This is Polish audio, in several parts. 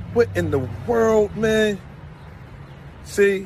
What in the world, man? See?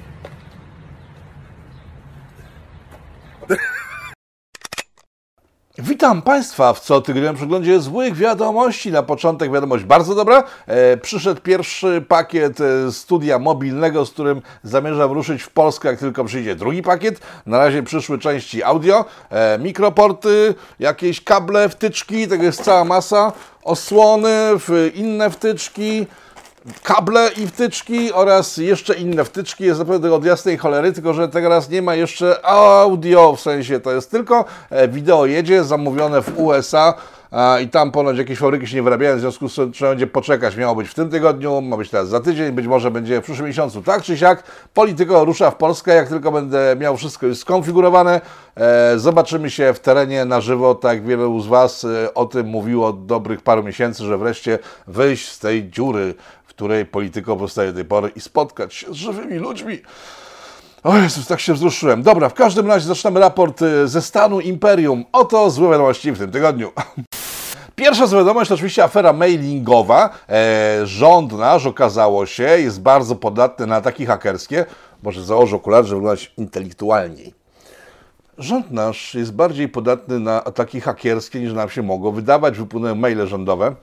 Witam Państwa w cotygodniowym przeglądzie złych wiadomości. Na początek wiadomość bardzo dobra. Przyszedł pierwszy pakiet studia mobilnego, z którym zamierzam ruszyć w Polskę, jak tylko przyjdzie drugi pakiet. Na razie przyszły części audio, mikroporty, jakieś kable, wtyczki, tego jest cała masa, osłony, inne wtyczki, kable i wtyczki oraz jeszcze inne wtyczki. Jest naprawdę od jasnej cholery, tylko że teraz nie ma jeszcze audio, w sensie to jest tylko wideo jedzie, zamówione w USA i tam ponoć jakieś fabryki się nie wyrabiają, w związku z tym trzeba będzie poczekać. Miało być w tym tygodniu, ma być teraz za tydzień, być może będzie w przyszłym miesiącu. Tak czy siak, Polityko rusza w Polskę, jak tylko będę miał wszystko już skonfigurowane. Zobaczymy się w terenie na żywo, tak jak wielu z Was o tym mówiło od dobrych paru miesięcy, że wreszcie wyjść z tej dziury, w której Polityko powstaje do tej pory i spotkać się z żywymi ludźmi. O Jezus, tak się wzruszyłem. Dobra, w każdym razie zaczynamy raport ze stanu Imperium. Oto złe wiadomości w tym tygodniu. Pierwsza zła wiadomość to oczywiście afera mailingowa. Rząd nasz, okazało się, jest bardzo podatny na ataki hakerskie. Może założę okulary, żeby wyglądać intelektualniej. Rząd nasz jest bardziej podatny na ataki hakerskie, niż nam się mogło wydawać. Wypłynęły maile rządowe.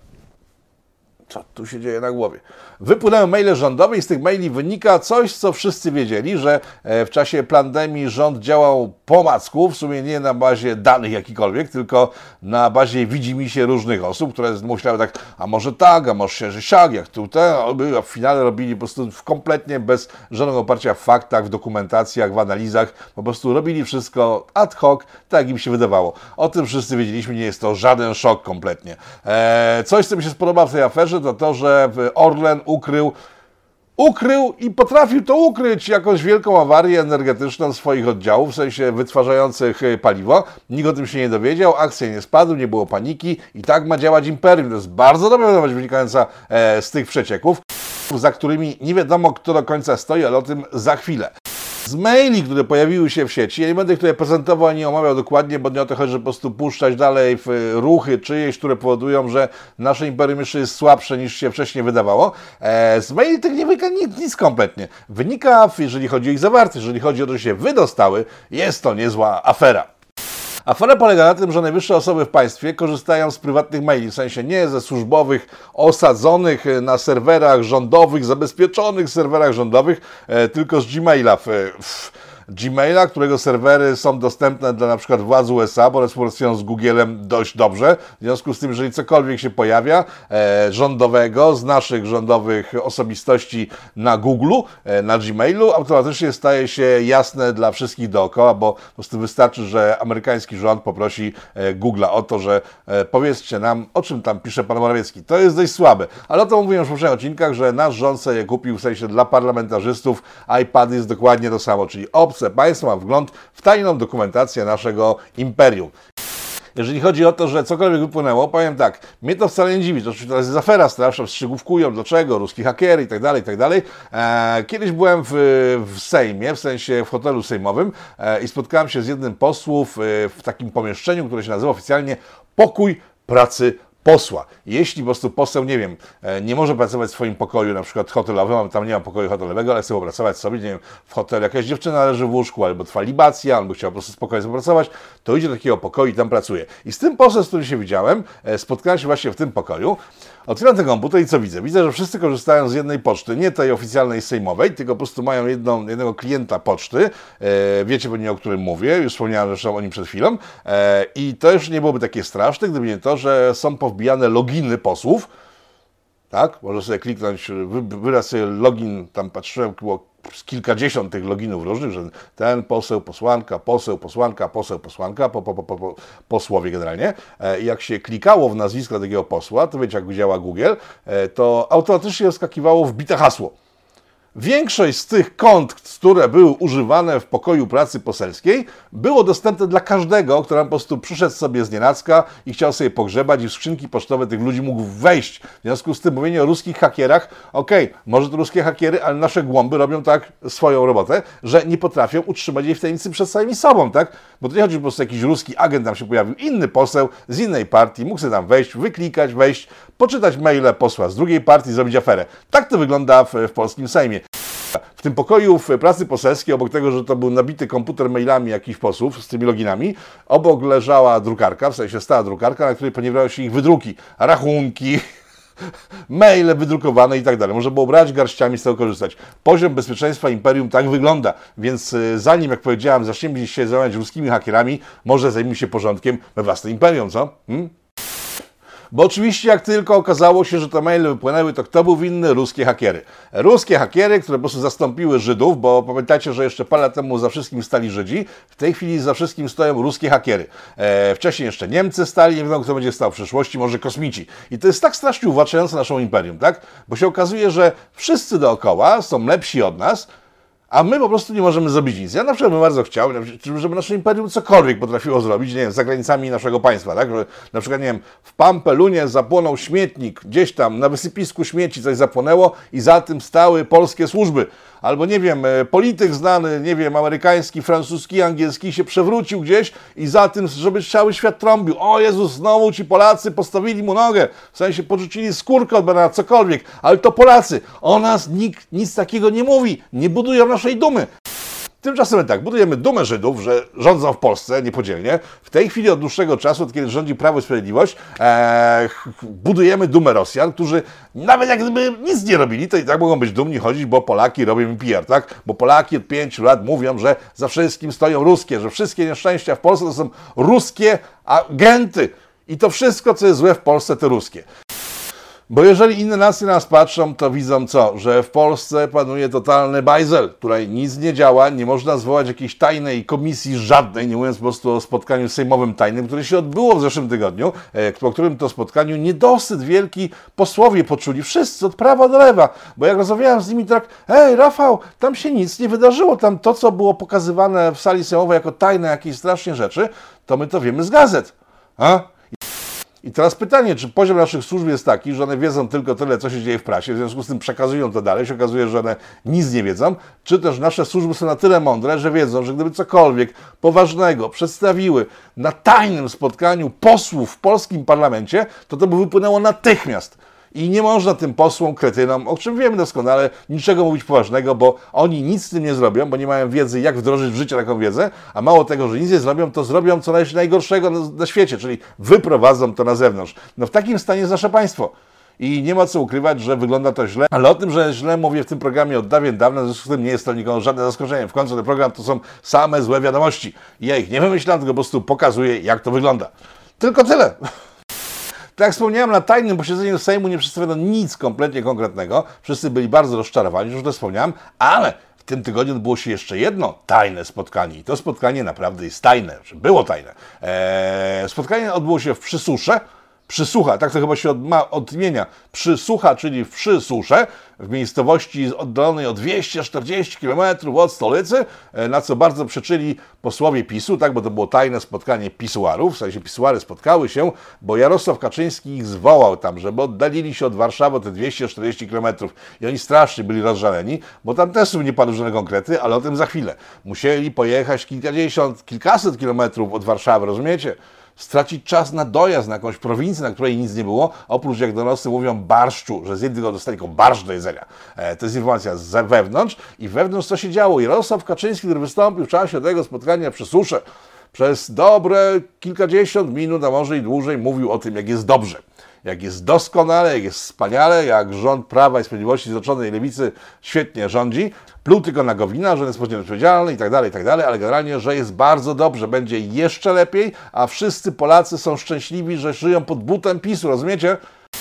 Co tu się dzieje na głowie? Wypłynęły maile rządowe i z tych maili wynika coś, co wszyscy wiedzieli, że w czasie pandemii rząd działał po macku, w sumie nie na bazie danych jakikolwiek, tylko na bazie widzimisię różnych osób, które myślały tak, a może tak, a może że siak, jak tutaj, a w finale robili po prostu kompletnie bez żadnego oparcia w faktach, w dokumentacjach, w analizach, po prostu robili wszystko ad hoc, tak jak im się wydawało. O tym wszyscy wiedzieliśmy, nie jest to żaden szok kompletnie. Coś, co mi się spodoba w tej aferze, to to, że Orlen ukrył i potrafił to ukryć, jakąś wielką awarię energetyczną swoich oddziałów, w sensie wytwarzających paliwo. Nikt o tym się nie dowiedział, akcja nie spadła, nie było paniki i tak ma działać Imperium. To jest bardzo dobra wiadomość wynikająca z tych przecieków, za którymi nie wiadomo, kto do końca stoi, ale o tym za chwilę. Z maili, które pojawiły się w sieci, ja nie będę ich tutaj prezentował ani omawiał dokładnie, bo nie o to chodzi, żeby po prostu puszczać dalej w ruchy czyjeś, które powodują, że nasze imperium jeszcze jest słabsze niż się wcześniej wydawało. Z maili tych nie wynika nic kompletnie. Wynika, jeżeli chodzi o ich zawartość, jeżeli chodzi o to, że się wydostały, jest to niezła afera. Afera polega na tym, że najwyższe osoby w państwie korzystają z prywatnych maili, w sensie nie ze służbowych, osadzonych na serwerach rządowych, zabezpieczonych serwerach rządowych, tylko z Gmaila. Gmaila, którego serwery są dostępne dla na przykład władz USA, bo one współpracują z Googlem dość dobrze. W związku z tym, jeżeli cokolwiek się pojawia rządowego, z naszych rządowych osobistości na Google, na Gmailu, automatycznie staje się jasne dla wszystkich dookoła, bo po prostu wystarczy, że amerykański rząd poprosi Google'a o to, że powiedzcie nam, o czym tam pisze pan Morawiecki. To jest dość słabe, ale o to mówiłem już w poprzednich odcinkach, że nasz rząd sobie kupił, w sensie dla parlamentarzystów, iPad jest dokładnie to samo, czyli obce państwo ma wgląd w tajną dokumentację naszego imperium. Jeżeli chodzi o to, że cokolwiek wypłynęło, powiem tak, mnie to wcale nie dziwi, to teraz jest afera straszna, strzygówkują, dlaczego, ruski hakery i tak dalej, i tak dalej. Kiedyś byłem w Sejmie, w sensie w hotelu sejmowym i spotkałem się z jednym posłów w takim pomieszczeniu, które się nazywa oficjalnie Pokój Pracy Posła. Jeśli po prostu poseł, nie wiem, nie może pracować w swoim pokoju, na przykład hotelowym, tam nie ma pokoju hotelowego, ale chce popracować sobie, nie wiem, w hotelu jakaś dziewczyna leży w łóżku, albo trwa libacja, albo chciała po prostu spokojnie popracować, to idzie do takiego pokoju i tam pracuje. I z tym posłem, z którym się widziałem, spotkałem się właśnie w tym pokoju. Otwieram ten komputer i co widzę? Widzę, że wszyscy korzystają z jednej poczty, nie tej oficjalnej sejmowej, tylko po prostu mają jednego klienta poczty. Wiecie pewnie, o którym mówię, już wspomniałem zresztą o nim przed chwilą. I to już nie byłoby takie straszne, gdyby nie to, że są powbijane loginy posłów. Tak? Może sobie kliknąć, wybrać sobie login, tam patrzyłem, było kilkadziesiąt tych loginów różnych, że ten poseł, posłanka, poseł, posłanka, poseł, posłanka, posłowie generalnie. I jak się klikało w nazwisko takiego posła, to wiecie, jak działa Google, to automatycznie wyskakiwało wbite hasło. Większość z tych kont, które były używane w pokoju pracy poselskiej, było dostępne dla każdego, kto po prostu przyszedł sobie z nienacka i chciał sobie pogrzebać i w skrzynki pocztowe tych ludzi mógł wejść. W związku z tym mówienie o ruskich hakierach, może to ruskie hakiery, ale nasze głąby robią tak swoją robotę, że nie potrafią utrzymać jej w tajemnicy przed samymi sobą, tak? Bo to nie chodzi, że po prostu jakiś ruski agent tam się pojawił, inny poseł z innej partii, mógł sobie tam wejść, wyklikać, wejść, poczytać maile posła z drugiej partii, zrobić aferę. Tak to wygląda w polskim Sejmie. W tym pokoju w pracy poselskiej, obok tego, że to był nabity komputer mailami jakichś posłów z tymi loginami, obok leżała drukarka, w sensie stała drukarka, na której poniewierały się ich wydruki, rachunki, maile wydrukowane i tak dalej. Można było brać garściami z tego korzystać. Poziom bezpieczeństwa imperium tak wygląda, więc zanim, jak powiedziałem, zaczniemy się zajmować ruskimi hakierami, może zajmijmy się porządkiem we własnym imperium, co? Bo oczywiście jak tylko okazało się, że te maile wypłynęły, to kto był winny? Ruskie hakiery. Ruskie hakiery, które po prostu zastąpiły Żydów, bo pamiętajcie, że jeszcze parę lat temu za wszystkim stali Żydzi, w tej chwili za wszystkim stoją ruskie hakiery. Wcześniej jeszcze Niemcy stali, nie wiadomo kto będzie stał w przyszłości, może kosmici. I to jest tak strasznie uwłaczające naszą imperium, tak? Bo się okazuje, że wszyscy dookoła są lepsi od nas, a my po prostu nie możemy zrobić nic. Ja na przykład bym bardzo chciał, żeby nasze imperium cokolwiek potrafiło zrobić, nie wiem, za granicami naszego państwa, tak? Że na przykład, nie wiem, w Pampelunie zapłonął śmietnik, gdzieś tam na wysypisku śmieci coś zapłonęło i za tym stały polskie służby. Albo, nie wiem, polityk znany, nie wiem, amerykański, francuski, angielski się przewrócił gdzieś i za tym, żeby cały świat trąbił. O Jezus, znowu ci Polacy postawili mu nogę. W sensie porzucili skórkę od banana, cokolwiek. Ale to Polacy. O nas nikt nic takiego nie mówi. Nie budują naszej dumy. Tymczasem tak, budujemy dumę Żydów, że rządzą w Polsce niepodzielnie. W tej chwili od dłuższego czasu, od kiedy rządzi Prawo i Sprawiedliwość, budujemy dumę Rosjan, którzy nawet jak gdyby nic nie robili, to i tak mogą być dumni chodzić, bo Polaki robią im PR, tak? Bo Polaki od 5 lat mówią, że za wszystkim stoją ruskie, że wszystkie nieszczęścia w Polsce to są ruskie agenty. I to wszystko, co jest złe w Polsce, to ruskie. Bo jeżeli inne nacje na nas patrzą, to widzą co? Że w Polsce panuje totalny bajzel, której nic nie działa, nie można zwołać jakiejś tajnej komisji żadnej, nie mówiąc po prostu o spotkaniu sejmowym tajnym, które się odbyło w zeszłym tygodniu, po którym to spotkaniu niedosyt wielki posłowie poczuli, wszyscy od prawa do lewa, bo jak rozmawiałem z nimi tak, Rafał, tam się nic nie wydarzyło, tam to, co było pokazywane w sali sejmowej jako tajne jakieś strasznie rzeczy, to my to wiemy z gazet. I teraz pytanie, czy poziom naszych służb jest taki, że one wiedzą tylko tyle, co się dzieje w prasie, w związku z tym przekazują to dalej, się okazuje, że one nic nie wiedzą, czy też nasze służby są na tyle mądre, że wiedzą, że gdyby cokolwiek poważnego przedstawiły na tajnym spotkaniu posłów w polskim parlamencie, to by wypłynęło natychmiast. I nie można tym posłom, kretynom, o czym wiemy doskonale, niczego mówić poważnego, bo oni nic z tym nie zrobią, bo nie mają wiedzy, jak wdrożyć w życie taką wiedzę, a mało tego, że nic nie zrobią, to zrobią co najgorszego na świecie, czyli wyprowadzą to na zewnątrz. No w takim stanie jest nasze państwo. I nie ma co ukrywać, że wygląda to źle, ale o tym, że źle mówię w tym programie od dawien dawna, w związku z tym nie jest to nikomu żadne zaskoczenie. W końcu ten program to są same złe wiadomości. I ja ich nie wymyślam, tylko po prostu pokazuję, jak to wygląda. Tylko tyle. Tak jak wspomniałem, na tajnym posiedzeniu Sejmu nie przedstawiono nic kompletnie konkretnego. Wszyscy byli bardzo rozczarowani, już to wspomniałem, ale w tym tygodniu odbyło się jeszcze jedno tajne spotkanie. I to spotkanie naprawdę jest tajne, że było tajne. Spotkanie odbyło się w Przysusze. Przysłucha, tak to chyba się odmienia. Przysłucha, czyli w Przysusze, w miejscowości oddalonej o 240 km od stolicy, na co bardzo przeczyli posłowie PiS-u, tak, bo to było tajne spotkanie pisuarów, w sensie pisuary spotkały się, bo Jarosław Kaczyński ich zwołał tam, żeby oddalili się od Warszawy o te 240 km i oni strasznie byli rozżaleni, bo tam też nie padły żadne konkrety, ale o tym za chwilę. Musieli pojechać kilkaset kilometrów od Warszawy, rozumiecie? Stracić czas na dojazd na jakąś prowincję, na której nic nie było, oprócz, jak donoscy mówią, barszczu, że z jednego dostali tylko barszcz do jedzenia. To jest informacja z wewnątrz i wewnątrz co się działo. Jarosław Kaczyński, który wystąpił w czasie tego spotkania przy Susze, przez dobre kilkadziesiąt minut, a może i dłużej, mówił o tym, jak jest dobrze. Jak jest doskonale, jak jest wspaniale, jak rząd Prawa i Sprawiedliwości Zjednoczonej Lewicy świetnie rządzi. Pluł tylko na Gowina, że on jest odpowiedzialny i tak dalej, ale generalnie, że jest bardzo dobrze, będzie jeszcze lepiej, a wszyscy Polacy są szczęśliwi, że żyją pod butem PiS-u, rozumiecie?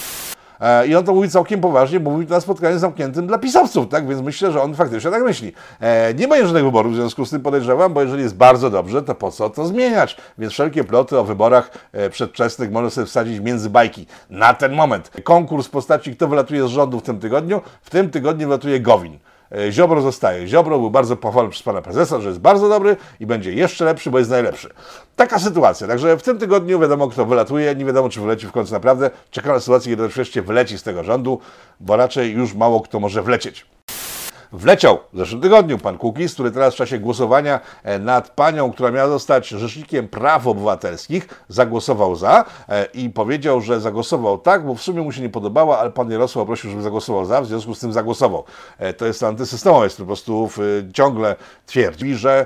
I on to mówi całkiem poważnie, bo mówi to na spotkaniu zamkniętym dla pisowców, tak? Więc myślę, że on faktycznie tak myśli. Nie ma żadnych wyborów, w związku z tym podejrzewam, bo jeżeli jest bardzo dobrze, to po co to zmieniać? Więc wszelkie ploty o wyborach przedwczesnych można sobie wsadzić między bajki. Na ten moment. Konkurs w postaci, kto wylatuje z rządu w tym tygodniu wylatuje Gowin. Ziobro zostaje. Ziobro był bardzo pochwalony przez pana prezesa, że jest bardzo dobry i będzie jeszcze lepszy, bo jest najlepszy. Taka sytuacja. Także w tym tygodniu wiadomo, kto wylatuje, nie wiadomo, czy wyleci w końcu naprawdę. Czekam na sytuację, kiedy wreszcie wyleci z tego rządu, bo raczej już mało kto może wlecieć. Wleciał w zeszłym tygodniu pan Kukiz, który teraz w czasie głosowania nad panią, która miała zostać rzecznikiem praw obywatelskich, zagłosował za i powiedział, że zagłosował tak, bo w sumie mu się nie podobała, ale pan Jarosław prosił, żeby zagłosował za, w związku z tym zagłosował. To jest antysystemowiec, który po prostu ciągle twierdzi, że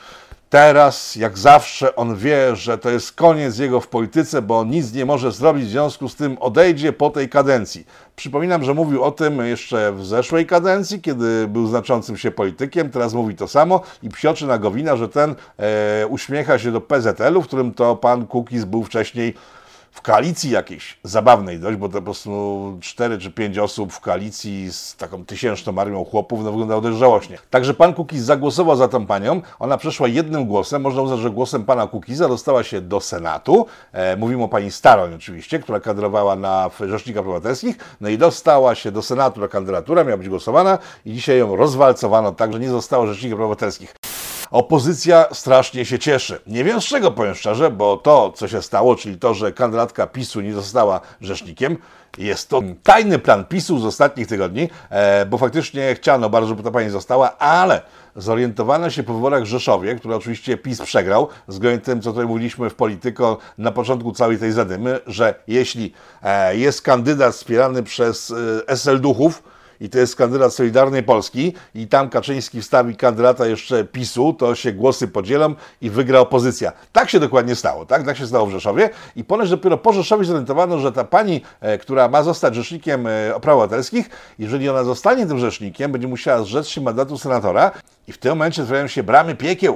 teraz, jak zawsze, on wie, że to jest koniec jego w polityce, bo on nic nie może zrobić, w związku z tym odejdzie po tej kadencji. Przypominam, że mówił o tym jeszcze w zeszłej kadencji, kiedy był znaczącym się politykiem, teraz mówi to samo i psioczy na Gowina, że ten uśmiecha się do PZL-u, w którym to pan Kukiz był wcześniej w koalicji jakiejś zabawnej dość, bo to po prostu 4 czy 5 osób w koalicji z taką 1000 armią chłopów, no wyglądało dość żałośnie. Także pan Kukiz zagłosował za tą panią, ona przeszła jednym głosem, można uznać, że głosem pana Kukiza dostała się do Senatu, mówimy o pani Staroń oczywiście, która kandydowała na Rzecznika Praw Obywatelskich, no i dostała się do Senatu na kandydaturę, miała być głosowana i dzisiaj ją rozwalcowano tak, że nie została Rzecznikiem Praw Obywatelskich. Opozycja strasznie się cieszy. Nie wiem z czego, powiem szczerze, bo to, co się stało, czyli to, że kandydatka PiS-u nie została rzecznikiem, jest to tajny plan PiS-u z ostatnich tygodni, bo faktycznie chciano bardzo, żeby ta pani została, ale zorientowano się po wyborach w Rzeszowie, które oczywiście PiS przegrał, zgodnie z tym, co tutaj mówiliśmy w Polityko na początku całej tej zadymy, że jeśli jest kandydat wspierany przez SL Duchów, i to jest kandydat Solidarnej Polski i tam Kaczyński wstawi kandydata jeszcze PiS-u, to się głosy podzielą i wygra opozycja. Tak się dokładnie stało, tak? Tak się stało w Rzeszowie i ponoć dopiero po Rzeszowie zorientowano, że ta pani, która ma zostać rzecznikiem praw obywatelskich, jeżeli ona zostanie tym rzecznikiem, będzie musiała zrzec się mandatu senatora i w tym momencie otwierają się bramy piekieł.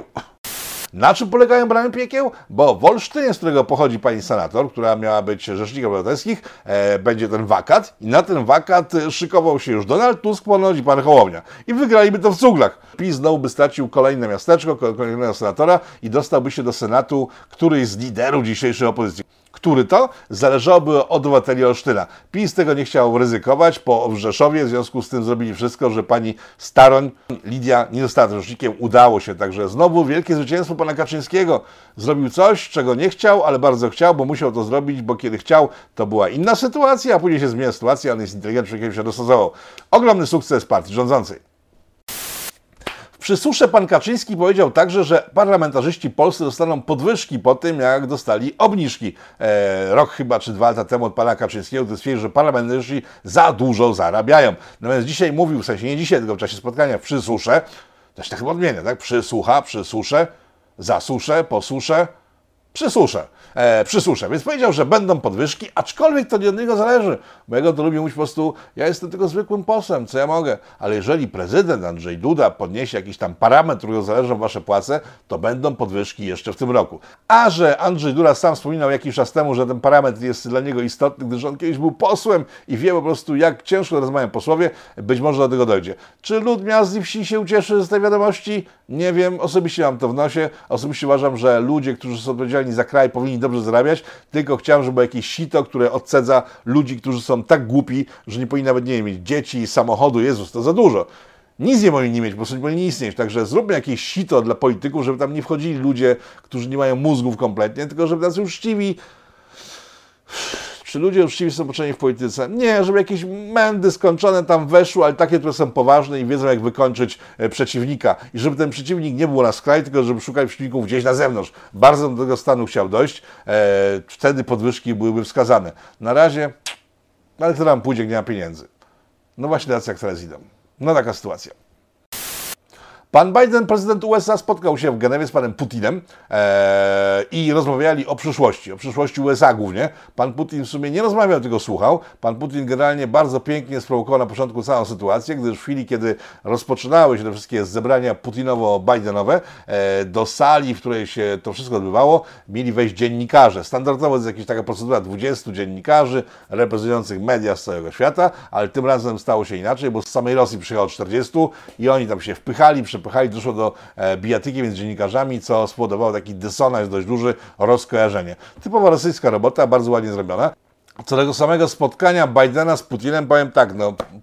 Na czym polegają bramy piekieł? Bo w Olsztynie, z którego pochodzi pani senator, która miała być rzecznikiem obywatelskich, będzie ten wakat i na ten wakat szykował się już Donald Tusk, ponoć i pan Hołownia. I wygraliby to w cuglach. PiS znowu by stracił kolejne miasteczko, kolejnego senatora i dostałby się do Senatu któryś z liderów dzisiejszej opozycji. Który to? Zależałoby od obywateli Olsztyna. PiS tego nie chciał ryzykować w Rzeszowie, w związku z tym zrobili wszystko, że pani Staroń, Lidia, nie została rzecznikiem. Udało się, także znowu wielkie zwycięstwo pana Kaczyńskiego. Zrobił coś, czego nie chciał, ale bardzo chciał, bo musiał to zrobić, bo kiedy chciał, to była inna sytuacja, a później się zmienia sytuacja, on jest inteligentny, człowiekiem się dostosował. Ogromny sukces partii rządzącej. Przy susze pan Kaczyński powiedział także, że parlamentarzyści polscy dostaną podwyżki po tym, jak dostali obniżki. Rok chyba czy 2 lata temu od pana Kaczyńskiego, który stwierdził, że parlamentarzyści za dużo zarabiają. Natomiast dzisiaj mówił, w sensie nie dzisiaj, tylko w czasie spotkania przy susze, to się tak chyba odmienia, tak? Przysłucha, przy susze, za suszę, po suszę, przy susze. Więc powiedział, że będą podwyżki, aczkolwiek to nie od niego zależy, bo jego to lubi mówić po prostu, ja jestem tylko zwykłym posłem, co ja mogę, ale jeżeli prezydent Andrzej Duda podniesie jakiś tam parametr, którego zależą wasze płace, to będą podwyżki jeszcze w tym roku. A że Andrzej Duda sam wspominał jakiś czas temu, że ten parametr jest dla niego istotny, gdyż on kiedyś był posłem i wie po prostu, jak ciężko rozmawiają posłowie, być może do tego dojdzie. Czy lud miast i wsi się ucieszy z tej wiadomości? Nie wiem, osobiście mam to w nosie, osobiście uważam, że ludzie, którzy są odpowiedzialni za kraj, powinni dobrze zarabiać, tylko chciałem, żeby było jakieś sito, które odcedza ludzi, którzy są tak głupi, że nie powinni nawet, nie wiem, mieć dzieci, samochodu, Jezus, to za dużo. Nic nie powinni mieć, po prostu nie powinni istnieć. Także zróbmy jakieś sito dla polityków, żeby tam nie wchodzili ludzie, którzy nie mają mózgów kompletnie, tylko żeby tacy uczciwi. Czy ludzie uczciwi są potrzebni w polityce? Nie, żeby jakieś mędy skończone tam weszły, ale takie, które są poważne i wiedzą, jak wykończyć przeciwnika. I żeby ten przeciwnik nie był na skraju, tylko żeby szukać przeciwników gdzieś na zewnątrz. Bardzo do tego stanu chciał dojść. Wtedy podwyżki byłyby wskazane. Na razie, ale to nam pójdzie, nie ma pieniędzy. No właśnie tacy jak teraz idą. No taka sytuacja. Pan Biden, prezydent USA, spotkał się w Genewie z panem Putinem i rozmawiali o przyszłości USA głównie. Pan Putin w sumie nie rozmawiał, tylko słuchał. Pan Putin generalnie bardzo pięknie sprowokował na początku całą sytuację, gdyż w chwili, kiedy rozpoczynały się te wszystkie zebrania putinowo-bidenowe, do sali, w której się to wszystko odbywało, mieli wejść dziennikarze. Standardowo jest jakaś taka procedura 20 dziennikarzy reprezentujących media z całego świata, ale tym razem stało się inaczej, bo z samej Rosji przyjechało 40 i oni tam się wpychali, doszło do bijatyki między dziennikarzami, co spowodowało taki dysonans dość duży, rozkojarzenie. Typowa rosyjska robota, bardzo ładnie zrobiona. Co do tego samego spotkania Bidena z Putinem, powiem tak, no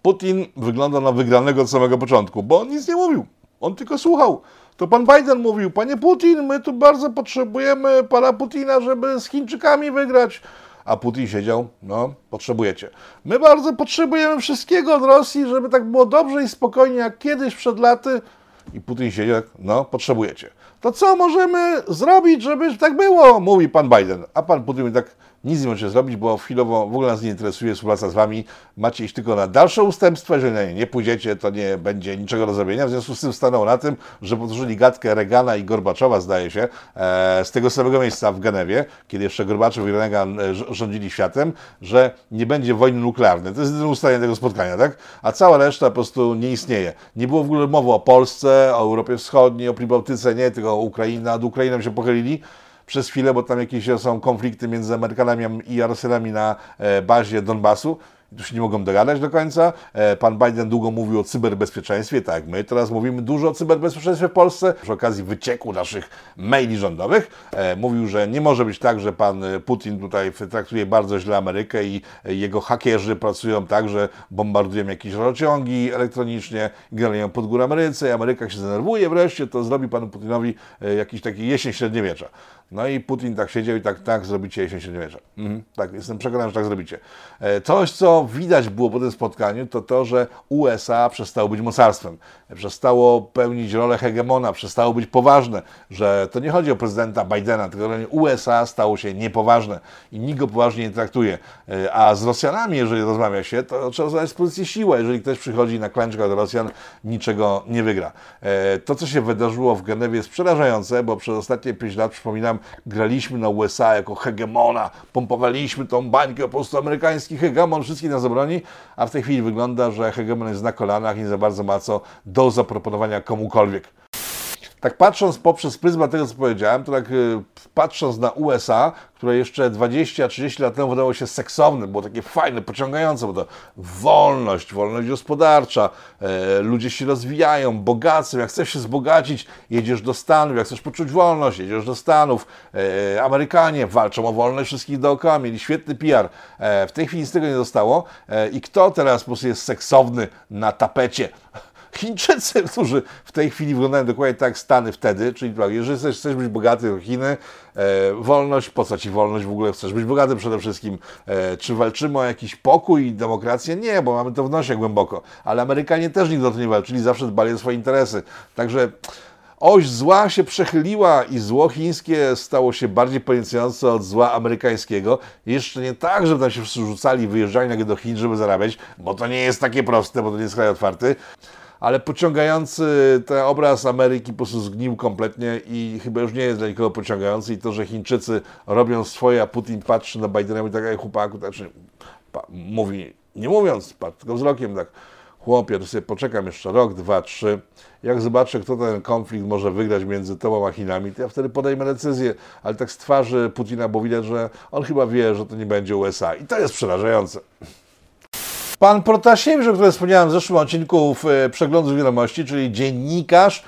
Putin wygląda na wygranego od samego początku, bo on nic nie mówił, on tylko słuchał. To pan Biden mówił, panie Putin, my tu bardzo potrzebujemy pana Putina, żeby z Chińczykami wygrać. A Putin siedział, no, potrzebujecie. My bardzo potrzebujemy wszystkiego od Rosji, żeby tak było dobrze i spokojnie jak kiedyś przed laty. I Putin siedział, no, potrzebujecie. To co możemy zrobić, żeby tak było? Mówi pan Biden. A pan Putin mówi tak, nic nie możecie zrobić, bo chwilowo w ogóle nas nie interesuje współpraca z wami. Macie iść tylko na dalsze ustępstwa. Jeżeli na nie nie pójdziecie, to nie będzie niczego do zrobienia. W związku z tym stanęło na tym, że powtórzyli gadkę Reagana i Gorbaczowa, zdaje się, z tego samego miejsca w Genewie, kiedy jeszcze Gorbaczow i Reagan rządzili światem, że nie będzie wojny nuklearnej. To jest jedyne ustalenie tego spotkania, tak? A cała reszta po prostu nie istnieje. Nie było w ogóle mowy o Polsce, o Europie Wschodniej, o Pribałtyce, nie, tylko o Ukrainie. Nad Ukrainą się pochylili przez chwilę, bo tam jakieś są konflikty między Amerykanami i Rosjanami na bazie Donbasu. Tu się nie mogą dogadać do końca. Pan Biden długo mówił o cyberbezpieczeństwie, tak jak my teraz mówimy dużo o cyberbezpieczeństwie w Polsce. Przy okazji wycieku naszych maili rządowych mówił, że nie może być tak, że pan Putin tutaj traktuje bardzo źle Amerykę i jego hakerzy pracują tak, że bombardują jakieś rurociągi elektronicznie, grają pod górę Ameryce i Ameryka się zdenerwuje wreszcie, to zrobi panu Putinowi jakiś taki jesień średniowiecza. No i Putin tak siedział i tak zrobicie jesień średniowiecza. Tak, jestem przekonany, że tak zrobicie. Coś, co widać było po tym spotkaniu, to to, że USA przestało być mocarstwem. Przestało pełnić rolę hegemona, przestało być poważne, że to nie chodzi o prezydenta Bidena, tylko że USA stało się niepoważne i nikt go poważnie nie traktuje. A z Rosjanami, jeżeli rozmawia się, to trzeba rozmawiać z pozycji siły. Jeżeli ktoś przychodzi na klęczkę do Rosjan, niczego nie wygra. To, co się wydarzyło w Genewie, jest przerażające, bo przez ostatnie 5 lat, przypominam, graliśmy na USA jako hegemona, pompowaliśmy tą bańkę, po prostu amerykański hegemon, wszystkich nas obroni, a w tej chwili wygląda, że hegemon jest na kolanach i nie za bardzo ma co do zaproponowania komukolwiek. Tak patrząc poprzez pryzmat tego, co powiedziałem, to tak patrząc na USA, które jeszcze 20-30 lat temu wydawało się seksowne, było takie fajne, pociągające, bo to wolność gospodarcza, ludzie się rozwijają, bogacą, jak chcesz się wzbogacić, jedziesz do Stanów, jak chcesz poczuć wolność, jedziesz do Stanów, Amerykanie walczą o wolność wszystkich dookoła, mieli świetny PR. W tej chwili z tego nie zostało i kto teraz po prostu jest seksowny na tapecie? Chińczycy, którzy w tej chwili wyglądają dokładnie tak jak Stany wtedy, czyli jeżeli chcesz być bogaty, to Chiny, wolność, po co ci wolność w ogóle, chcesz być bogaty przede wszystkim, czy walczymy o jakiś pokój i demokrację? Nie, bo mamy to w nosie głęboko, ale Amerykanie też nigdy o to nie walczyli, zawsze dbali o swoje interesy, także oś zła się przechyliła i zło chińskie stało się bardziej poniecające od zła amerykańskiego. Jeszcze nie tak, żeby tam się wszyscy rzucali, wyjeżdżali nagle do Chin, żeby zarabiać, bo to nie jest takie proste, bo to nie jest kraj otwarty. Ale pociągający ten obraz Ameryki po prostu zgnił kompletnie i chyba już nie jest dla nikogo pociągający i to, że Chińczycy robią swoje, a Putin patrzy na Bidena i tak jak chłopaku, tak, mówi, nie mówiąc, patrzy tylko wzrokiem, tak, chłopie, to sobie poczekam jeszcze rok, 2, 3, jak zobaczę, kto ten konflikt może wygrać między tobą a Chinami, to ja wtedy podejmę decyzję, ale tak z twarzy Putina, bo widać, że on chyba wie, że to nie będzie USA i to jest przerażające. Pan Protasiewicz, o którym wspomniałem w zeszłym odcinku w Przeglądu Wiadomości, czyli dziennikarz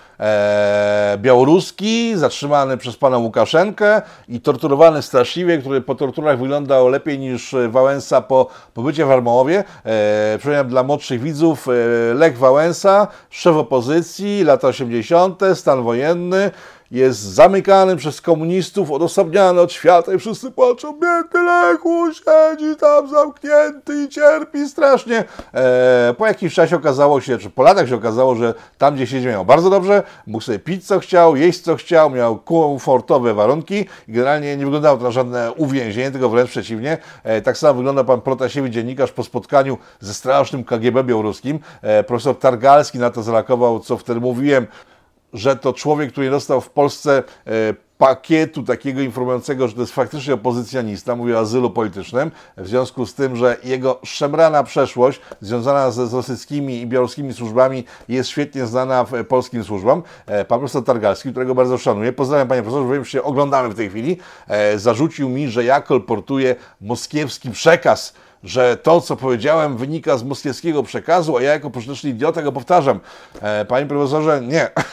białoruski, zatrzymany przez pana Łukaszenkę i torturowany straszliwie, który po torturach wyglądał lepiej niż Wałęsa po pobycie w Armałowie. Przypomniałem dla młodszych widzów, Lech Wałęsa, szef opozycji, lata 80., stan wojenny, jest zamykany przez komunistów, odosobniany od świata i wszyscy płaczą, biedny Lechu siedzi tam zamknięty i cierpi strasznie. Po jakimś czasie okazało się, czy po latach się okazało, że tam, gdzie siedzi, miał bardzo dobrze, mógł sobie pić co chciał, jeść co chciał, miał komfortowe warunki i generalnie nie wyglądało to na żadne uwięzienie, tylko wręcz przeciwnie. Tak samo wygląda pan Protasiewicz, dziennikarz, po spotkaniu ze strasznym KGB białoruskim. Profesor Targalski na to zareagował, co wtedy mówiłem, że to człowiek, który dostał w Polsce pakietu takiego informującego, że to jest faktycznie opozycjonista, mówię o azylu politycznym, w związku z tym, że jego szemrana przeszłość związana z rosyjskimi i białoruskimi służbami jest świetnie znana polskim służbom. Pan profesor Targalski, którego bardzo szanuję, pozdrawiam panie profesorze, wiem, że się oglądamy w tej chwili, zarzucił mi, że ja kolportuję moskiewski przekaz, że to, co powiedziałem, wynika z moskiewskiego przekazu, a ja jako pożyteczny idiota go powtarzam. Panie profesorze, nie.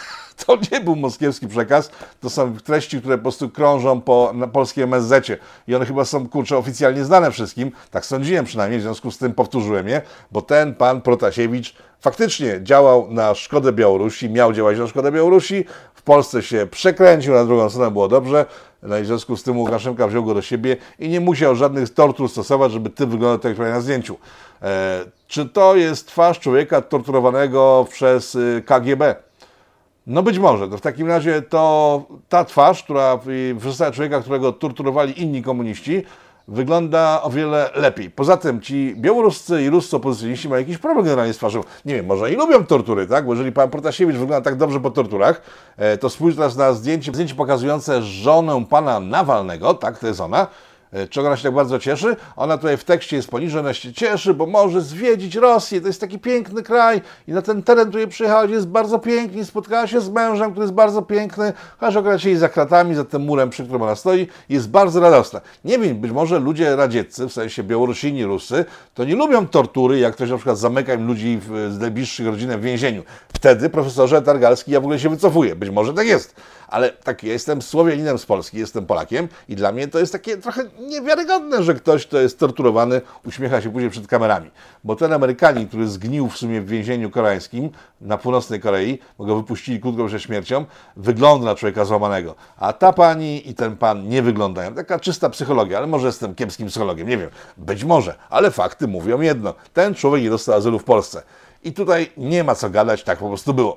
To nie był moskiewski przekaz, to są treści, które po prostu krążą na polskim MSZ-cie i one chyba są, kurczę, oficjalnie znane wszystkim, tak sądziłem przynajmniej, w związku z tym powtórzyłem je, bo ten pan Protasiewicz faktycznie działał na szkodę Białorusi, miał działać na szkodę Białorusi, w Polsce się przekręcił, na drugą stronę było dobrze, no i w związku z tym Łukaszenka wziął go do siebie i nie musiał żadnych tortur stosować, żeby ty wyglądał tak jak na zdjęciu. Czy to jest twarz człowieka torturowanego przez KGB? No być może. To w takim razie to ta twarz, która przedstawia człowieka, którego torturowali inni komuniści, wygląda o wiele lepiej. Poza tym ci białoruscy i ruscy opozycjoniści mają jakiś problem generalnie z twarzą. Nie wiem, może i lubią tortury, tak? Bo jeżeli pan Protasiewicz wygląda tak dobrze po torturach, to spójrz teraz na zdjęcie pokazujące żonę pana Nawalnego, tak, to jest ona. Czego ona się tak bardzo cieszy? Ona tutaj w tekście jest poniżej, ona się cieszy, bo może zwiedzić Rosję, to jest taki piękny kraj i na ten teren tutaj przyjechała, jest bardzo pięknie, spotkała się z mężem, który jest bardzo piękny, chociaż akurat siedzi za kratami, za tym murem, przy którym ona stoi, jest bardzo radosna. Nie wiem, być może ludzie radzieccy, w sensie Białorusini, Rusy, to nie lubią tortury, jak ktoś na przykład zamyka im ludzi z najbliższych rodzin w więzieniu. Wtedy, profesorze Targalski, ja w ogóle się wycofuję. Być może tak jest. Ale tak, ja jestem Słowianinem z Polski, jestem Polakiem i dla mnie to jest takie trochę niewiarygodne, że ktoś, kto jest torturowany, uśmiecha się później przed kamerami. Bo ten Amerykanin, który zgnił w sumie w więzieniu koreańskim na północnej Korei, bo go wypuścili krótko przed śmiercią, wygląda na człowieka złamanego. A ta pani i ten pan nie wyglądają. Taka czysta psychologia, ale może jestem kiepskim psychologiem, nie wiem. Być może, ale fakty mówią jedno. Ten człowiek nie dostał azylu w Polsce. I tutaj nie ma co gadać, tak po prostu było.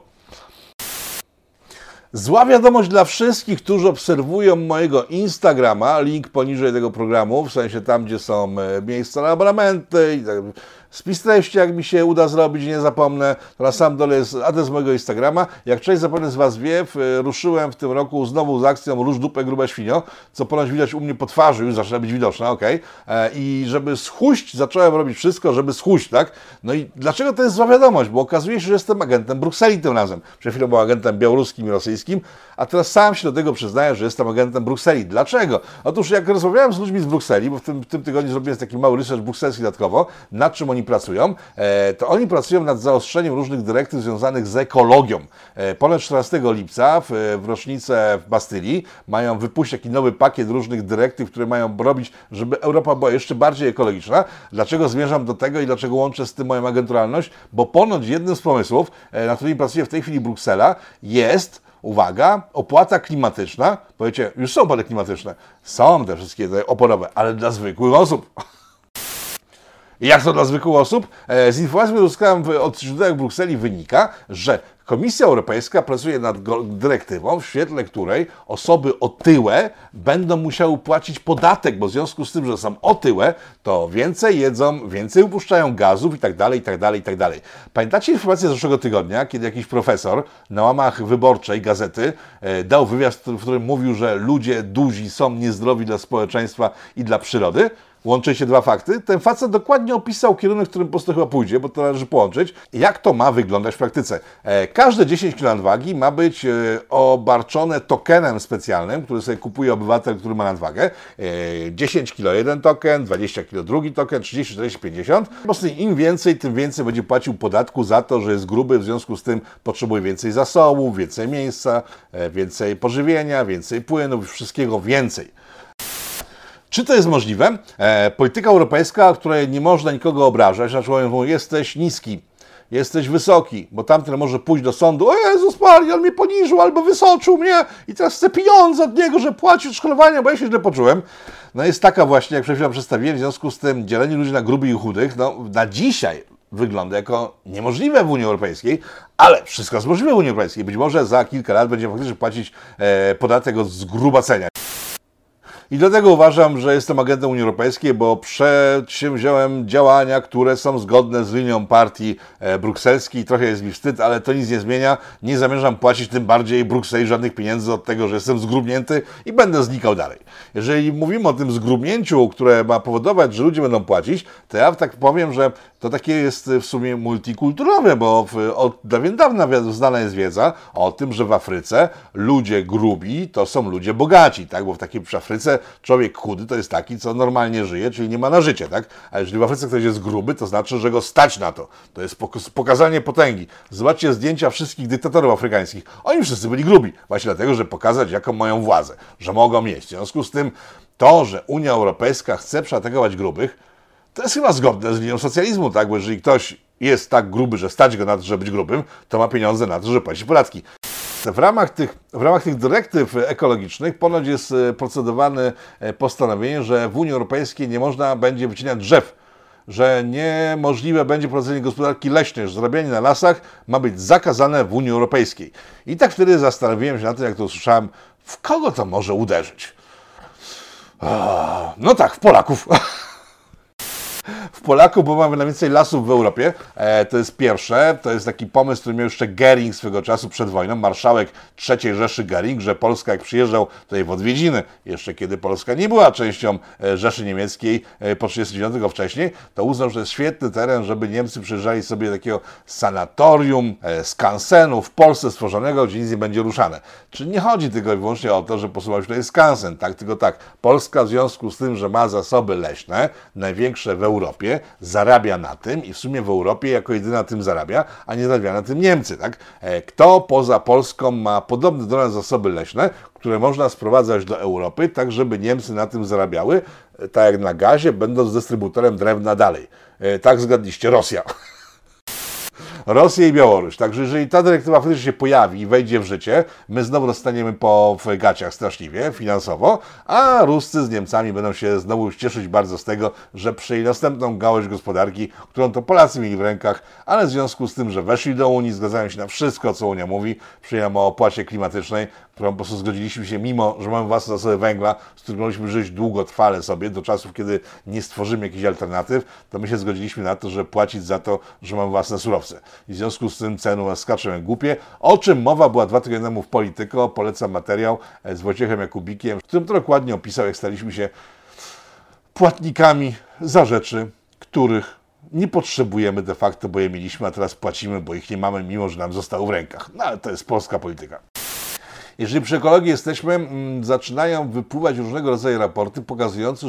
Zła wiadomość dla wszystkich, którzy obserwują mojego Instagrama, link poniżej tego programu, w sensie tam, gdzie są miejsca na abonamenty i tak, spis treści, jak mi się uda zrobić, nie zapomnę, to na samym dole jest adres mojego Instagrama. Jak część zapewne z Was wie, ruszyłem w tym roku znowu z akcją Róż dupę grube świnio, co ponoć widać u mnie po twarzy, już zaczyna być widoczne, ok. I żeby schłuść, zacząłem robić wszystko, żeby schłuść, tak? No i dlaczego to jest zła wiadomość? Bo okazuje się, że jestem agentem Brukseli tym razem. Przed chwilą był agentem białoruskim i rosyjskim, a teraz sam się do tego przyznaję, że jestem agentem Brukseli. Dlaczego? Otóż jak rozmawiałem z ludźmi z Brukseli, bo w tym tygodniu zrobiłem taki mały research brukselski dodatkowo, nad czym oni pracują, to oni pracują nad zaostrzeniem różnych dyrektyw związanych z ekologią. Ponad 14 lipca w rocznicę w Bastylii mają wypuścić taki nowy pakiet różnych dyrektyw, które mają robić, żeby Europa była jeszcze bardziej ekologiczna. Dlaczego zmierzam do tego i dlaczego łączę z tym moją agenturalność? Bo ponoć jednym z pomysłów, nad którymi pracuje w tej chwili Bruksela, jest, uwaga, opłata klimatyczna. Powiecie, już są opłaty klimatyczne. Są te wszystkie te oporowe, ale dla zwykłych osób. Jak to dla zwykłych osób? Z informacji, które uzyskałem od źródeł w Brukseli, wynika, że Komisja Europejska pracuje nad dyrektywą, w świetle której osoby otyłe będą musiały płacić podatek, bo w związku z tym, że są otyłe, to więcej jedzą, więcej upuszczają gazów i tak dalej, i tak dalej, i tak dalej. Pamiętacie informację z zeszłego tygodnia, kiedy jakiś profesor na łamach Wyborczej gazety dał wywiad, w którym mówił, że ludzie duzi są niezdrowi dla społeczeństwa i dla przyrody? Łączy się dwa fakty. Ten facet dokładnie opisał kierunek, w którym po prostu chyba pójdzie, bo to należy połączyć. Jak to ma wyglądać w praktyce? Każde 10 kg nadwagi ma być obarczone tokenem specjalnym, który sobie kupuje obywatel, który ma nadwagę. 10 kg jeden token, 20 kg drugi token, 30, 40, 50. Po prostu im więcej, tym więcej będzie płacił podatku za to, że jest gruby, w związku z tym potrzebuje więcej zasobów, więcej miejsca, więcej pożywienia, więcej płynów, wszystkiego więcej. Czy to jest możliwe? Polityka europejska, w której nie można nikogo obrażać, na przykład mówią, jesteś niski, jesteś wysoki, bo tamten może pójść do sądu, o Jezus Maria, on mnie poniżył albo wysoczył mnie i teraz chcę pieniądze od niego, że płaci odszkodowania, bo ja się źle poczułem. No jest taka właśnie, jak przed chwilą przedstawiłem, w związku z tym dzielenie ludzi na grubych i chudych, no na dzisiaj wygląda jako niemożliwe w Unii Europejskiej, ale wszystko jest możliwe w Unii Europejskiej. Być może za kilka lat będziemy faktycznie płacić podatek od zgrubacenia. I dlatego uważam, że jestem agentem Unii Europejskiej, bo przedsięwziąłem działania, które są zgodne z linią partii brukselskiej. Trochę jest mi wstyd, ale to nic nie zmienia. Nie zamierzam płacić tym bardziej Brukseli żadnych pieniędzy od tego, że jestem zgrubnięty i będę znikał dalej. Jeżeli mówimy o tym zgrubnięciu, które ma powodować, że ludzie będą płacić, to ja tak powiem, że to takie jest w sumie multikulturowe, bo od dawien dawna znana jest wiedza o tym, że w Afryce ludzie grubi to są ludzie bogaci, tak? Bo w Afryce Afryce człowiek chudy to jest taki, co normalnie żyje, czyli nie ma na życie, tak? A jeżeli w Afryce ktoś jest gruby, to znaczy, że go stać na to. To jest pokazanie potęgi. Zobaczcie zdjęcia wszystkich dyktatorów afrykańskich. Oni wszyscy byli grubi, właśnie dlatego, że pokazać, jaką mają władzę, że mogą mieć. W związku z tym to, że Unia Europejska chce przeatakować grubych, to jest chyba zgodne z linią socjalizmu, tak? Bo jeżeli ktoś jest tak gruby, że stać go na to, żeby być grubym, to ma pieniądze na to, żeby płacić podatki. W ramach tych dyrektyw ekologicznych ponoć jest procedowane postanowienie, że w Unii Europejskiej nie można będzie wycinać drzew, że niemożliwe będzie prowadzenie gospodarki leśnej, że zarabianie na lasach ma być zakazane w Unii Europejskiej. I tak wtedy zastanowiłem się na tym, jak to usłyszałem, w kogo to może uderzyć? No tak, w Polaków. W Polaków, bo mamy najwięcej lasów w Europie. To jest pierwsze. To jest taki pomysł, który miał jeszcze Göring swego czasu przed wojną, marszałek III Rzeszy Göring, że Polska jak przyjeżdżał tutaj w odwiedziny, jeszcze kiedy Polska nie była częścią Rzeszy Niemieckiej po 1939 wcześniej, to uznał, że to jest świetny teren, żeby Niemcy przyjeżdżali sobie do takiego sanatorium, skansenu w Polsce stworzonego, gdzie nic nie będzie ruszane. Czyli nie chodzi tylko i wyłącznie o to, że posuwał się tutaj skansen, tak? Tylko tak, Polska w związku z tym, że ma zasoby leśne, największe w Europie, zarabia na tym i w sumie w Europie jako jedyna tym zarabia, a nie zarabia na tym Niemcy, tak? Kto poza Polską ma podobne do nas zasoby leśne, które można sprowadzać do Europy, tak żeby Niemcy na tym zarabiały, tak jak na gazie, będąc dystrybutorem drewna dalej. Tak zgadliście, Rosja. Rosję i Białoruś. Także jeżeli ta dyrektywa faktycznie się pojawi i wejdzie w życie, my znowu dostaniemy po gaciach straszliwie, finansowo, a Ruscy z Niemcami będą się znowu cieszyć bardzo z tego, że przejęli następną gałąź gospodarki, którą to Polacy mieli w rękach, ale w związku z tym, że weszli do Unii, zgadzają się na wszystko, co Unia mówi, przyjęła o opłacie klimatycznej, którą po prostu zgodziliśmy się, mimo że mamy własne zasoby węgla, z którym mogliśmy żyć długotrwale sobie, do czasów, kiedy nie stworzymy jakichś alternatyw, to my się zgodziliśmy na to, że płacić za to, że mamy własne surowce. I w związku z tym ceny u nas skaczą jak głupie, o czym mowa była 2 tygodnie temu w Polityko. Polecam materiał z Wojciechem Jakubikiem, w którym to dokładnie opisał, jak staliśmy się płatnikami za rzeczy, których nie potrzebujemy de facto, bo je mieliśmy, a teraz płacimy, bo ich nie mamy, mimo że nam zostało w rękach. No ale to jest polska polityka. Jeżeli przy ekologii jesteśmy, zaczynają wypływać różnego rodzaju raporty pokazujące,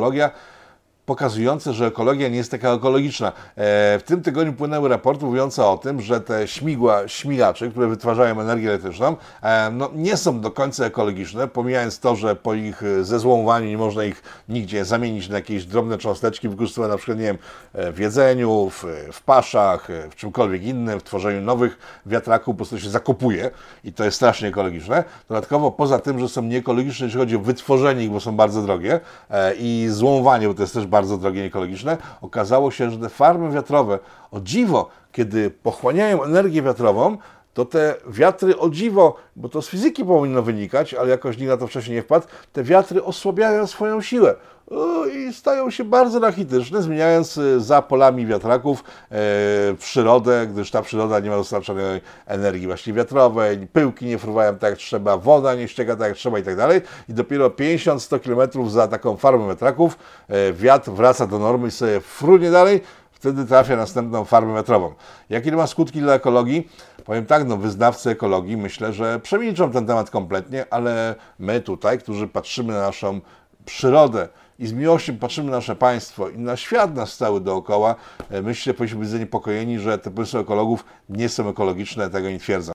że ekologia nie jest taka ekologiczna. W tym tygodniu płynęły raporty mówiące o tym, że te śmigacze, które wytwarzają energię elektryczną, nie są do końca ekologiczne, pomijając to, że po ich zezłomowaniu nie można ich nigdzie zamienić na jakieś drobne cząsteczki, wykorzystywane na przykład, nie wiem, w jedzeniu, w paszach, w czymkolwiek innym, w tworzeniu nowych wiatraków, po prostu się zakopuje i to jest strasznie ekologiczne. Dodatkowo, poza tym, że są nieekologiczne, jeśli chodzi o wytworzenie ich, bo są bardzo drogie i złomowanie, bo to jest też bardzo drogie i ekologiczne, okazało się, że te farmy wiatrowe, o dziwo, kiedy pochłaniają energię wiatrową, to te wiatry, o dziwo, bo to z fizyki powinno wynikać, ale jakoś nikt na to wcześniej nie wpadł, te wiatry osłabiają swoją siłę i stają się bardzo rachityczne, zmieniając za polami wiatraków przyrodę, gdyż ta przyroda nie ma dostarczonej energii właśnie wiatrowej, pyłki nie fruwają tak jak trzeba, woda nie ścieka tak jak trzeba i tak dalej. I dopiero 50-100 km za taką farmą wiatraków wiatr wraca do normy i sobie frunie dalej, wtedy trafia następną farmę wiatrową. Jakie to ma skutki dla ekologii? Powiem tak, wyznawcy ekologii myślę, że przemilczą ten temat kompletnie, ale my tutaj, którzy patrzymy na naszą przyrodę i z miłością patrzymy na nasze państwo i na świat nas cały dookoła, myślę, że powinniśmy być zaniepokojeni, że te pomysły ekologów nie są ekologiczne, tego nie twierdzą.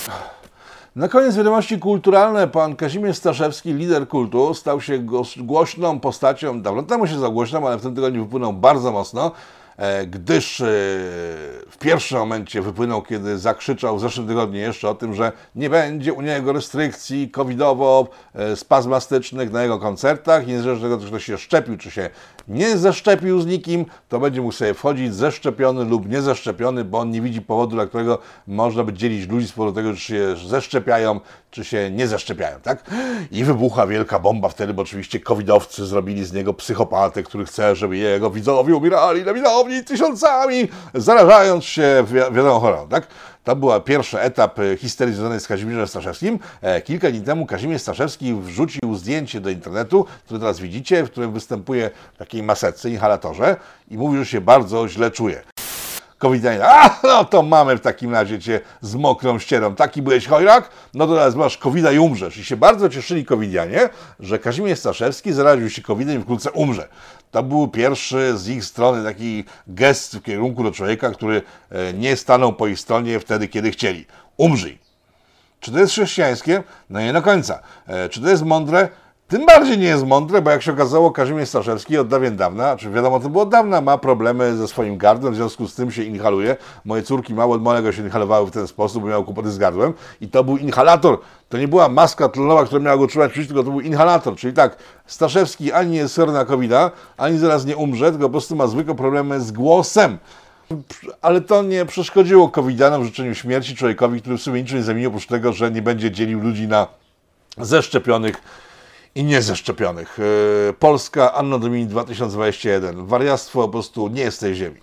Na koniec wiadomości kulturalne. Pan Kazimierz Staszewski, lider kultu, stał się głośną postacią, dawno temu się za głośną, ale w tym tygodniu wypłynął bardzo mocno, gdyż w pierwszym momencie wypłynął, kiedy zakrzyczał w zeszłym tygodniu jeszcze o tym, że nie będzie u niego restrykcji covidowo-spazmastycznych na jego koncertach i niezależnie od tego, czy ktoś się szczepił, czy się nie zaszczepił z nikim, to będzie mógł sobie wchodzić zeszczepiony lub niezaszczepiony, bo on nie widzi powodu, dla którego można by dzielić ludzi z powodu tego, czy się zeszczepiają, czy się nie zaszczepiają, tak? I wybucha wielka bomba wtedy, bo oczywiście covidowcy zrobili z niego psychopatę, który chce, żeby jego widzowie umierali na widowni tysiącami, zarażając się wiadomo chorobą, tak? To był pierwszy etap histerii związanej z Kazimierzem Staszewskim. Kilka dni temu Kazimierz Staszewski wrzucił zdjęcie do internetu, które teraz widzicie, w którym występuje w takiej maseczce, inhalatorze i mówi, że się bardzo źle czuje. covidianie, a no to mamy w takim razie cię z mokrą ścierą. Taki byłeś chojrak? No to teraz masz covida i umrzesz. I się bardzo cieszyli covidianie, że Kazimierz Staszewski zaraził się covidem i wkrótce umrze. To był pierwszy z ich strony taki gest w kierunku do człowieka, który nie stanął po ich stronie wtedy, kiedy chcieli. Umrzyj. Czy to jest chrześcijańskie? No nie do końca. Czy to jest mądre? Tym bardziej nie jest mądre, bo jak się okazało, Kazimierz Staszewski od dawien dawna, czy wiadomo, to było od dawna, ma problemy ze swoim gardłem, w związku z tym się inhaluje. Moje córki mało od małego się inhalowały w ten sposób, bo miały kłopoty z gardłem i to był inhalator. To nie była maska tlenowa, która miała go trzymać przy, tylko to był inhalator. Czyli tak, Staszewski ani nie jest chory na COVID-a, ani zaraz nie umrze, tylko po prostu ma zwykłe problemy z głosem. Ale to nie przeszkodziło covidanom w życzeniu śmierci człowiekowi, który w sumie niczym nie zamienił, oprócz tego, że nie będzie dzielił ludzi na zeszczepionych i niezaszczepionych. Polska Anno Domini 2021. Wariactwo po prostu nie jest z tej ziemi.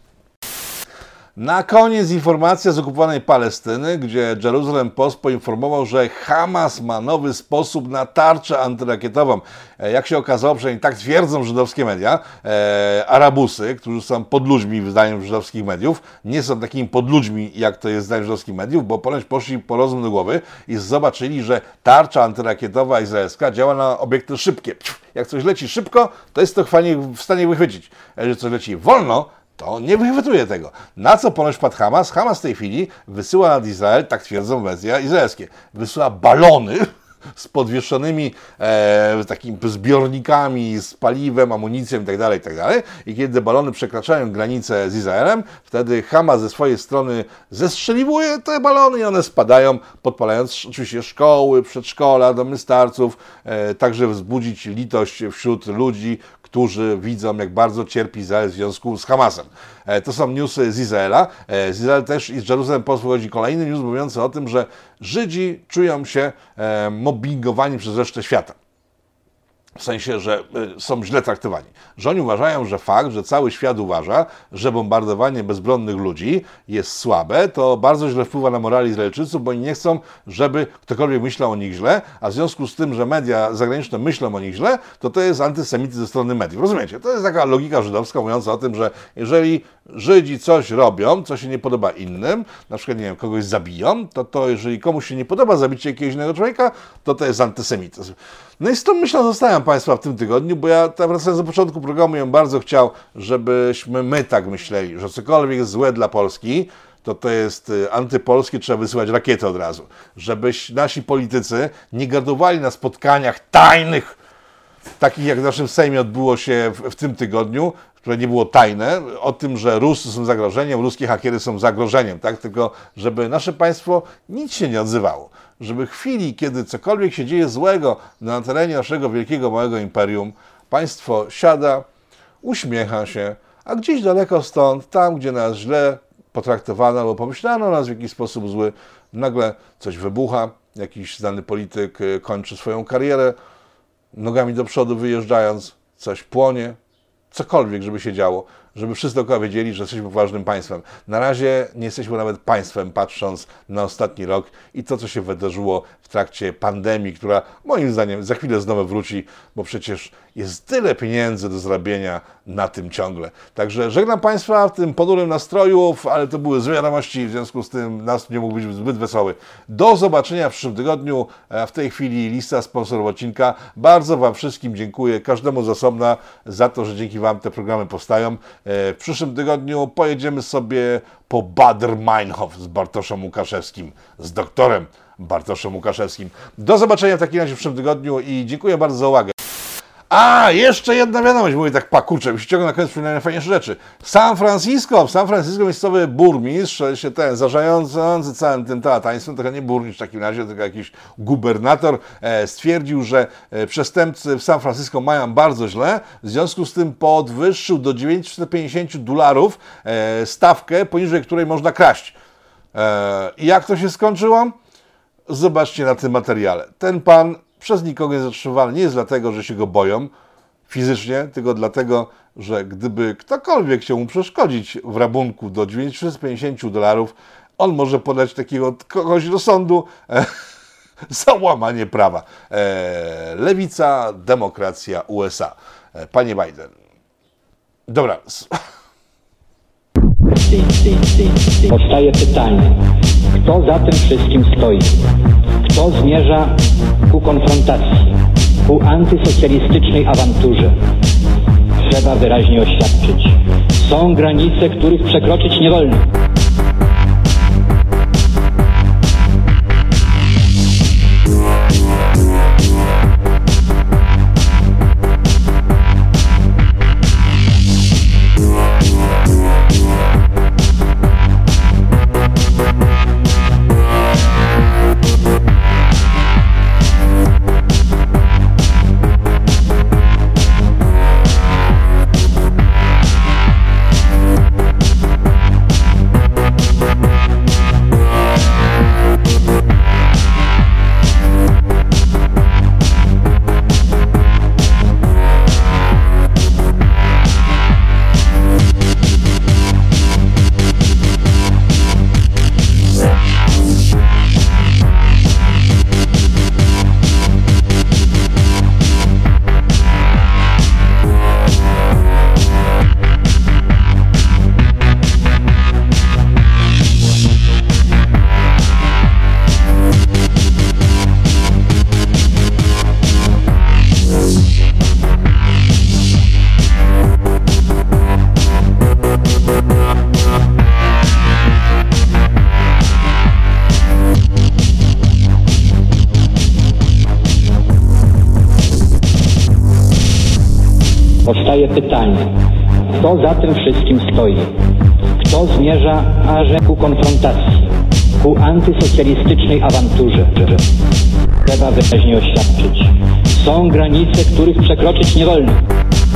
Na koniec informacja z okupowanej Palestyny, gdzie Jerusalem Post poinformował, że Hamas ma nowy sposób na tarczę antyrakietową. Jak się okazało, przynajmniej tak twierdzą żydowskie media, Arabusy, którzy są podludźmi zdaniem żydowskich mediów, nie są takimi podludźmi, jak to jest zdaniem żydowskich mediów, bo ponoć poszli po rozum do głowy i zobaczyli, że tarcza antyrakietowa izraelska działa na obiekty szybkie. Jak coś leci szybko, to jest to w stanie wychwycić. Jeżeli coś leci wolno, to nie wychwytuje tego. Na co ponoć padł Hamas? Hamas w tej chwili wysyła nad Izrael, tak twierdzą media izraelskie, wysyła balony z podwieszonymi takimi zbiornikami z paliwem, amunicją itd., itd. I kiedy te balony przekraczają granicę z Izraelem, wtedy Hamas ze swojej strony zestrzeliwuje te balony i one spadają, podpalając oczywiście szkoły, przedszkola, domy starców, także wzbudzić litość wśród ludzi, którzy widzą, jak bardzo cierpi Izrael w związku z Hamasem. To są newsy z Izraela. Z Izraela też i z Jerusalem Post wychodzi kolejny news mówiący o tym, że Żydzi czują się mobbingowani przez resztę świata. W sensie, że są źle traktowani. Że oni uważają, że fakt, że cały świat uważa, że bombardowanie bezbronnych ludzi jest słabe, to bardzo źle wpływa na morale Izraelczyków, bo oni nie chcą, żeby ktokolwiek myślał o nich źle, a w związku z tym, że media zagraniczne myślą o nich źle, to jest antysemityzm ze strony mediów. Rozumiecie? To jest taka logika żydowska mówiąca o tym, że jeżeli Żydzi coś robią, co się nie podoba innym, na przykład, nie wiem, kogoś zabiją, to jeżeli komuś się nie podoba zabicie jakiegoś innego człowieka, to jest antysemityzm. No i z tą myślą zostałem Państwa w tym tygodniu, bo ja, wracając do początku programu, ja bardzo chciał, żebyśmy my tak myśleli, że cokolwiek jest złe dla Polski, to jest antypolskie, trzeba wysyłać rakiety od razu. Żeby nasi politycy nie gardowali na spotkaniach tajnych, takich jak w naszym Sejmie odbyło się w tym tygodniu, które nie było tajne, o tym, że Rusy są zagrożeniem, ruskie hakiery są zagrożeniem, tak? Tylko żeby nasze państwo nic się nie odzywało. Żeby w chwili, kiedy cokolwiek się dzieje złego na terenie naszego wielkiego, małego imperium, państwo siada, uśmiecha się, a gdzieś daleko stąd, tam gdzie nas źle potraktowano albo pomyślano o nas w jakiś sposób zły, nagle coś wybucha, jakiś znany polityk kończy swoją karierę, nogami do przodu wyjeżdżając, coś płonie, cokolwiek, żeby się działo, żeby wszyscy dookoła wiedzieli, że jesteśmy poważnym państwem. Na razie nie jesteśmy nawet państwem, patrząc na ostatni rok i to, co się wydarzyło w trakcie pandemii, która moim zdaniem za chwilę znowu wróci, bo przecież jest tyle pieniędzy do zrobienia na tym ciągle. Także żegnam Państwa w tym ponurym nastroju, ale to były złe wiadomości, w związku z tym nastrój nie mógł być zbyt wesoły. Do zobaczenia w przyszłym tygodniu. W tej chwili lista sponsorów odcinka. Bardzo Wam wszystkim dziękuję, każdemu z osobna za to, że dzięki Wam te programy powstają. W przyszłym tygodniu pojedziemy sobie po Baader-Meinhof z Bartoszem Łukaszewskim, z doktorem Bartoszem Łukaszewskim. Do zobaczenia w takim razie w przyszłym tygodniu i dziękuję bardzo za uwagę. A, jeszcze jedna wiadomość, mówię tak, kurczę, mi się ciągle na koniec przypominają najfajniejsze rzeczy. W San Francisco miejscowy burmistrz, się zarządzający całym tym teataństwem, trochę nie burmistrz w takim razie, tylko jakiś gubernator, stwierdził, że przestępcy w San Francisco mają bardzo źle, w związku z tym podwyższył do $950 stawkę, poniżej której można kraść. I jak to się skończyło? Zobaczcie na tym materiale. Ten pan przez nikogo nie zatrzymywany nie jest dlatego, że się go boją fizycznie, tylko dlatego, że gdyby ktokolwiek chciał mu przeszkodzić w rabunku do $950, on może podać takiego kogoś do sądu za łamanie prawa. Lewica, demokracja, USA. Panie Biden. Dobra. Powstaje pytanie, kto za tym wszystkim stoi? Kto zmierza ku konfrontacji, ku antysocjalistycznej awanturze? Trzeba wyraźnie oświadczyć. Są granice, których przekroczyć nie wolno. Powstaje pytanie, kto za tym wszystkim stoi? Kto zmierza ku konfrontacji, ku antysocjalistycznej awanturze? Trzeba wyraźnie oświadczyć. Są granice, których przekroczyć nie wolno.